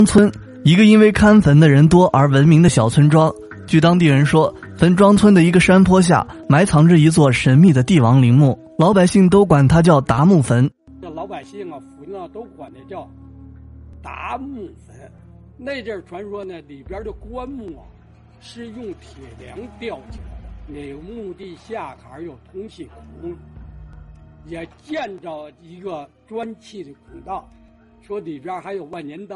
村，一个因为看坟的人多而闻名的小村庄。据当地人说，坟庄村的一个山坡下埋藏着一座神秘的帝王陵墓，老百姓都管它叫达木坟。 老百姓啊，府上都管它叫达木坟。那阵儿传说呢，里边的棺木啊是用铁梁吊起来的，那个墓地下坎有通气孔，也建着一个砖砌的孔道，说里边还有万年灯。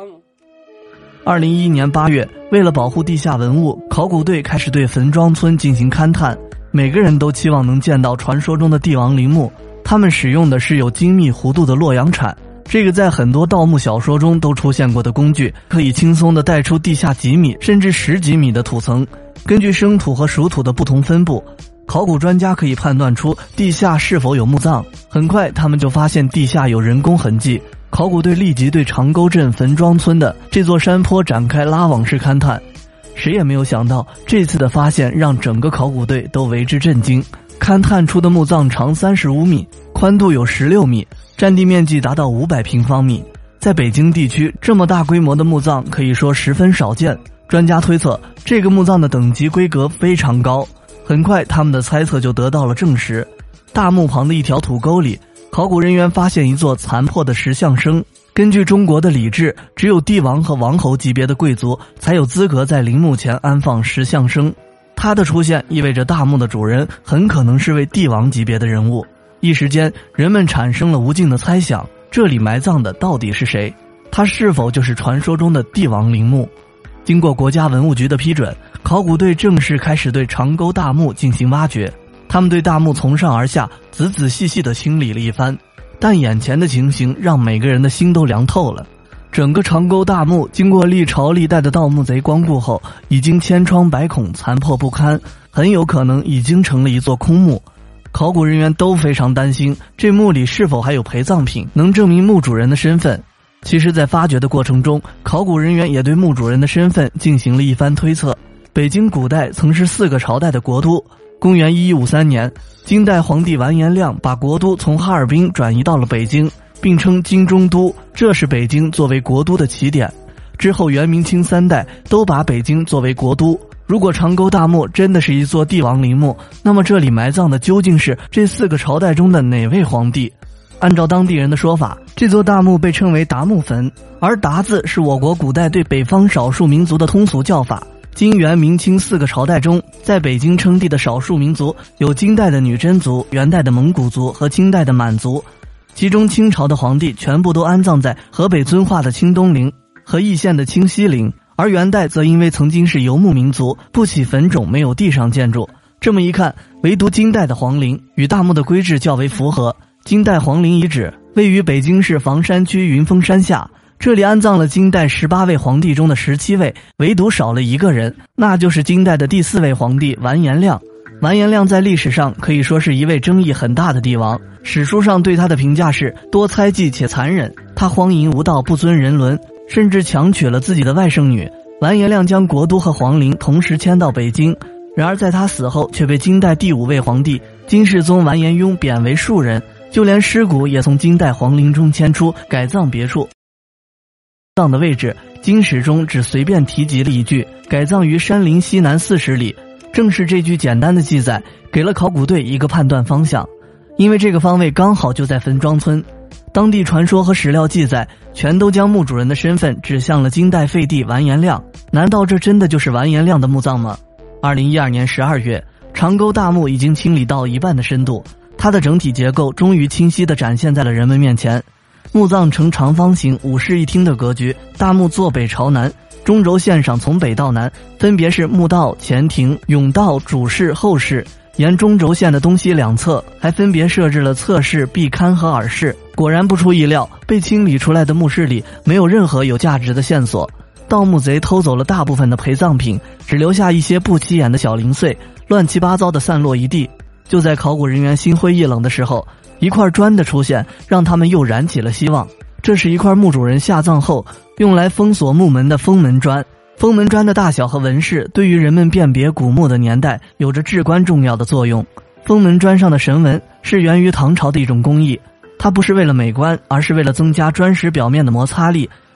2011年8月，为了保护地下文物，考古队开始对坟庄村进行勘探。每个人都期望能见到传说中的帝王陵墓，他们使用的是有精密弧度的洛阳铲，这个在很多盗墓小说中都出现过的工具，可以轻松地带出地下几米甚至10几米的土层。根据生土和熟土的不同分布，考古专家可以判断出地下是否有墓葬。很快他们就发现地下有人工痕迹，考古队立即对长沟镇坟庄村的这座山坡展开拉网式勘探。谁也没有想到，这次的发现让整个考古队都为之震惊。勘探出的墓葬长35米，宽度有16米，占地面积达到500平方米。在北京地区，这么大规模的墓葬可以说十分少见。专家推测，这个墓葬的等级规格非常高。很快他们的猜测就得到了证实。大墓旁的一条土沟里，考古人员发现一座残破的石像生。根据中国的礼制，只有帝王和王侯级别的贵族才有资格在陵墓前安放石像生。他的出现意味着大墓的主人很可能是位帝王级别的人物。一时间，人们产生了无尽的猜想，这里埋葬的到底是谁？他是否就是传说中的帝王陵墓？经过国家文物局的批准，考古队正式开始对长沟大墓进行挖掘。他们对大墓从上而下仔仔细细地清理了一番，但眼前的情形让每个人的心都凉透了。整个长沟大墓经过历朝历代的盗墓贼光顾后，已经千疮百孔，残破不堪，很有可能已经成了一座空墓。考古人员都非常担心，这墓里是否还有陪葬品能证明墓主人的身份。其实在发掘的过程中，考古人员也对墓主人的身份进行了一番推测。北京古代曾是4个朝代的国都。公元1153年，金代皇帝完颜亮把国都从哈尔滨转移到了北京，并称京中都，这是北京作为国都的起点。之后元明清3代都把北京作为国都。如果长沟大墓真的是一座帝王陵墓，那么这里埋葬的究竟是这4个朝代中的哪位皇帝？按照当地人的说法，这座大墓被称为达木坟，而达字是我国古代对北方少数民族的通俗叫法。金元明清4个朝代中，在北京称帝的少数民族有金代的女真族、元代的蒙古族和清代的满族，其中清朝的皇帝全部都安葬在河北遵化的清东陵和易县的清西陵，而元代则因为曾经是游牧民族，不起坟冢，没有地上建筑。这么一看，唯独金代的皇陵与大墓的规制较为符合。金代皇陵遗址位于北京市房山区云峰山下，这里安葬了金代18位皇帝中的17位，唯独少了一个人，那就是金代的第4位皇帝完颜亮。完颜亮在历史上可以说是一位争议很大的帝王，史书上对他的评价是多猜忌且残忍，他荒淫无道，不尊人伦，甚至强娶了自己的外甥女。完颜亮将国都和皇陵同时迁到北京，然而在他死后却被金代第5位皇帝金世宗完颜雍贬为庶人，就连尸骨也从金代皇陵中迁出，改葬别处。葬的位置，金史中只随便提及了一句，改葬于山林西南40里。正是这句简单的记载，给了考古队一个判断方向，因为这个方位刚好就在坟庄村。当地传说和史料记载，全都将墓主人的身份指向了金代废帝完颜亮。难道这真的就是完颜亮的墓葬吗？2012年12月，长沟大墓已经清理到一半的深度，它的整体结构终于清晰地展现在了人们面前。墓葬呈长方形5室1厅的格局，大墓坐北朝南，中轴线上从北到南分别是墓道、前庭、甬道、主室、后室，沿中轴线的东西两侧还分别设置了侧室、壁龛和耳室。果然不出意料，被清理出来的墓室里没有任何有价值的线索，盗墓贼偷走了大部分的陪葬品，只留下一些不起眼的小零碎，乱七八糟的散落一地。就在考古人员心灰意冷的时候，一块砖的出现让他们又燃起了希望。这是一块墓主人下葬后用来封锁墓门的封门砖。封门砖的大小和纹饰对于人们辨别古墓的年代有着至关重要的作用。封门砖上的神纹是源于唐朝的一种工艺，它不是为了美观，而是为了增加砖石表面的摩擦力，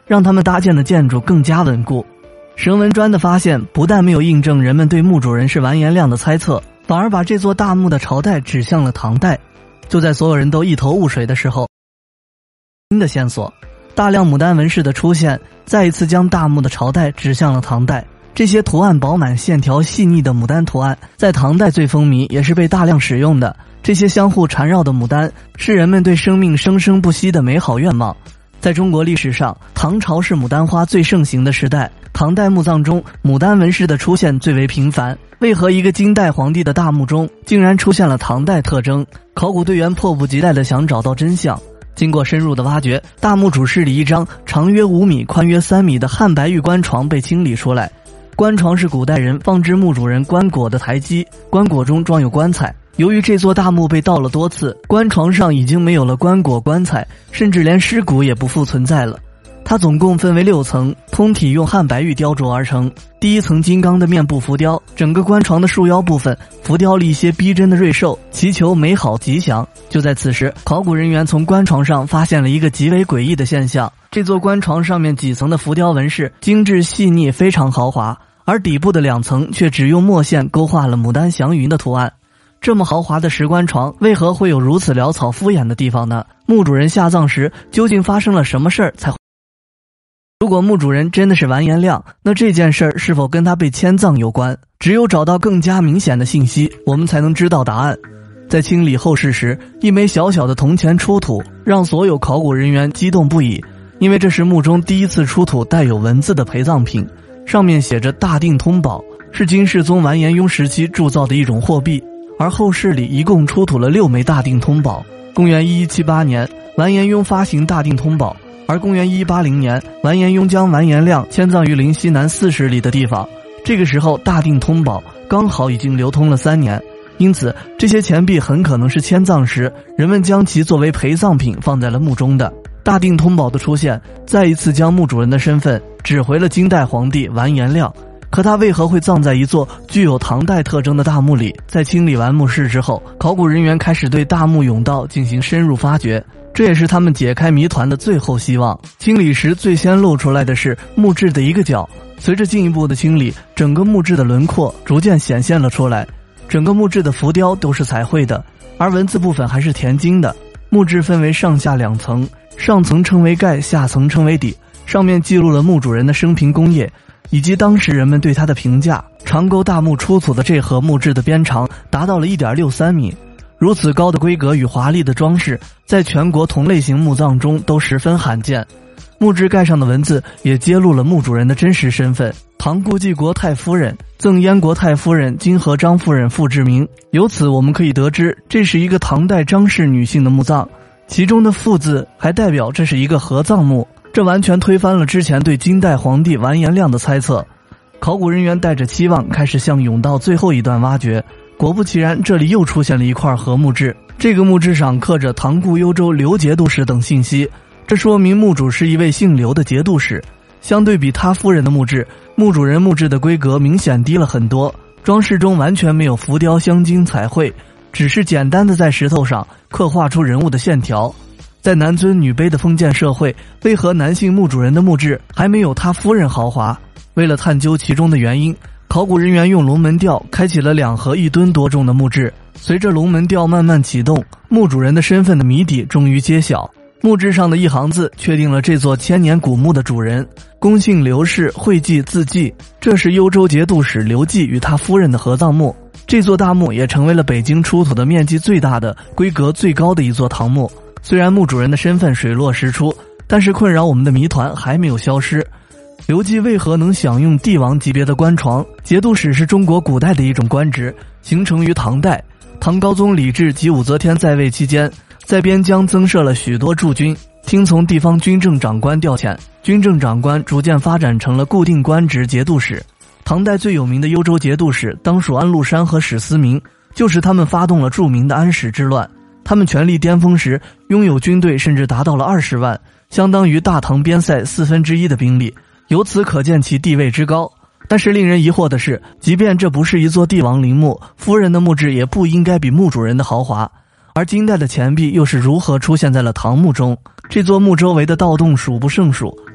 让他们搭建的建筑更加稳固。绳纹砖的发现不但没有印证人们对墓主人是完颜亮的猜测，反而把这座大墓的朝代指向了唐代。就在所有人都一头雾水的时候，新的线索，大量牡丹纹饰的出现再一次将大墓的朝代指向了唐代。这些图案饱满、线条细腻的牡丹图案在唐代最风靡，也是被大量使用的。这些相互缠绕的牡丹是人们对生命生生不息的美好愿望。在中国历史上，唐朝是牡丹花最盛行的时代。唐代墓葬中牡丹纹饰的出现最为频繁，为何一个金代皇帝的大墓中竟然出现了唐代特征？考古队员迫不及待地想找到真相。经过深入的挖掘，大墓主室里一张长约5米、宽约3米的汉白玉棺床被清理出来。棺床是古代人放置墓主人棺椁的台基，棺椁中装有棺材。由于这座大墓被盗了多次，棺床上已经没有了棺椁棺材，甚至连尸骨也不复存在了。它总共分为6层，通体用汉白玉雕琢而成。第一层金刚的面部浮雕，整个棺床的束腰部分浮雕了一些逼真的瑞兽，祈求美好吉祥。就在此时，考古人员从棺床上发现了一个极为诡异的现象，这座棺床上面几层的浮雕纹饰精致细腻，非常豪华，而底部的2层却只用墨线勾画了牡丹祥云的图案。这么豪华的石棺床，为何会有如此潦草敷衍的地方呢？墓主人下葬时究竟发生了什么事儿才会？如果墓主人真的是完颜亮，那这件事儿是否跟他被迁葬有关？只有找到更加明显的信息，我们才能知道答案。在清理后事时，一枚小小的铜钱出土，让所有考古人员激动不已，因为这是墓中第一次出土带有文字的陪葬品，上面写着大定通宝，是金世宗完颜雍时期铸造的一种货币。而后世里一共出土了6枚大定通宝。公元1178年，完颜雍发行大定通宝，而公元1180年，完颜雍将完颜亮迁葬于临西南40里的地方。这个时候，大定通宝刚好已经流通了3年，因此这些钱币很可能是迁葬时人们将其作为陪葬品放在了墓中的。大定通宝的出现，再一次将墓主人的身份指回了金代皇帝完颜亮。可他为何会葬在一座具有唐代特征的大墓里？在清理完墓室之后，考古人员开始对大墓甬道进行深入发掘，这也是他们解开谜团的最后希望。清理时最先露出来的是墓志的一个角，随着进一步的清理，整个墓志的轮廓逐渐显现了出来。整个墓志的浮雕都是彩绘的，而文字部分还是填金的。墓志分为上下2层，上层称为盖，下层称为底，上面记录了墓主人的生平功业以及当时人们对他的评价。长沟大墓出土的这盒墓志的边长达到了 1.63 米，如此高的规格与华丽的装饰，在全国同类型墓葬中都十分罕见。墓志盖上的文字也揭露了墓主人的真实身份：唐顾继国太夫人，赠燕国太夫人金河张夫人傅志明。由此我们可以得知，这是一个唐代张氏女性的墓葬，其中的傅字还代表这是一个合葬墓。这完全推翻了之前对金代皇帝完颜亮的猜测。考古人员带着期望开始向甬道最后一段挖掘，果不其然，这里又出现了一块河墓志。这个墓志上刻着唐顾幽州刘节度使等信息，这说明墓主是一位姓刘的节度使。相对比他夫人的墓志，墓主人墓志的规格明显低了很多，装饰中完全没有浮雕镶金彩绘，只是简单的在石头上刻画出人物的线条。在男尊女卑的封建社会，为何男性墓主人的墓志还没有他夫人豪华？为了探究其中的原因，考古人员用龙门吊开启了2盒1吨多重的墓志。随着龙门吊慢慢启动，墓主人的身份的谜底终于揭晓。墓志上的一行字确定了这座千年古墓的主人，公姓刘氏，讳季，字季，这是幽州节度使刘季与他夫人的合葬墓。这座大墓也成为了北京出土的面积最大的、规格最高的一座唐墓。虽然墓主人的身份水落石出，但是困扰我们的谜团还没有消失。刘季为何能享用帝王级别的棺床？节度使是中国古代的一种官职，形成于唐代。唐高宗李治及武则天在位期间，在边疆增设了许多驻军，听从地方军政长官调遣，军政长官逐渐发展成了固定官职节度使。唐代最有名的幽州节度使当属安禄山和史思明，就是他们发动了著名的安史之乱。他们权力巅峰时，拥有军队甚至达到了20万，相当于大唐边塞1/4的兵力，由此可见其地位之高。但是令人疑惑的是，即便这不是一座帝王陵墓，夫人的墓志也不应该比墓主人的豪华。而金代的钱币又是如何出现在了唐墓中？这座墓周围的盗洞数不胜数，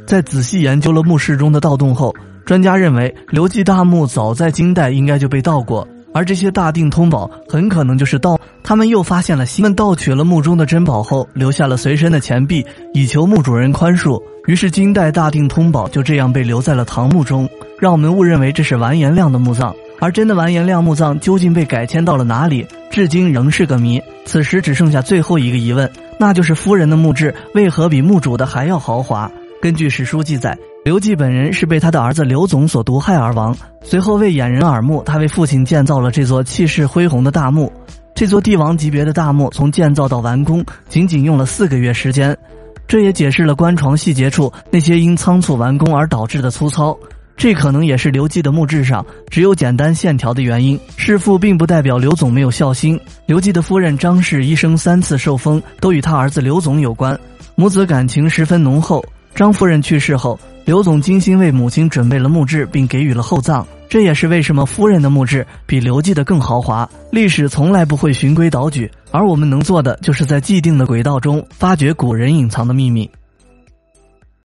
在仔细研究了墓室中的盗洞后，专家认为刘记大墓早在金代应该就被盗过，而这些大定通宝很可能就是盗。他们又发现了新盗取了墓中的珍宝后，留下了随身的钱币，以求墓主人宽恕。于是金代大定通宝就这样被留在了唐墓中，让我们误认为这是完颜亮的墓葬。而真的完颜亮墓葬究竟被改迁到了哪里，至今仍是个谜。此时只剩下最后一个疑问，那就是夫人的墓志为何比墓主的还要豪华？根据史书记载，刘季本人是被他的儿子刘总所毒害而亡，随后为掩人耳目，他为父亲建造了这座气势恢宏的大墓。这座帝王级别的大墓从建造到完工仅仅用了4个月时间，这也解释了棺床细节处那些因仓促完工而导致的粗糙。这可能也是刘季的墓志上只有简单线条的原因。弑父并不代表刘总没有孝心，刘季的夫人张氏一生3次受封都与他儿子刘总有关，母子感情十分浓厚。张夫人去世后，刘总精心为母亲准备了墓志并给予了厚葬，这也是为什么夫人的墓志比刘季的更豪华。历史从来不会循规蹈矩，而我们能做的就是在既定的轨道中发掘古人隐藏的秘密。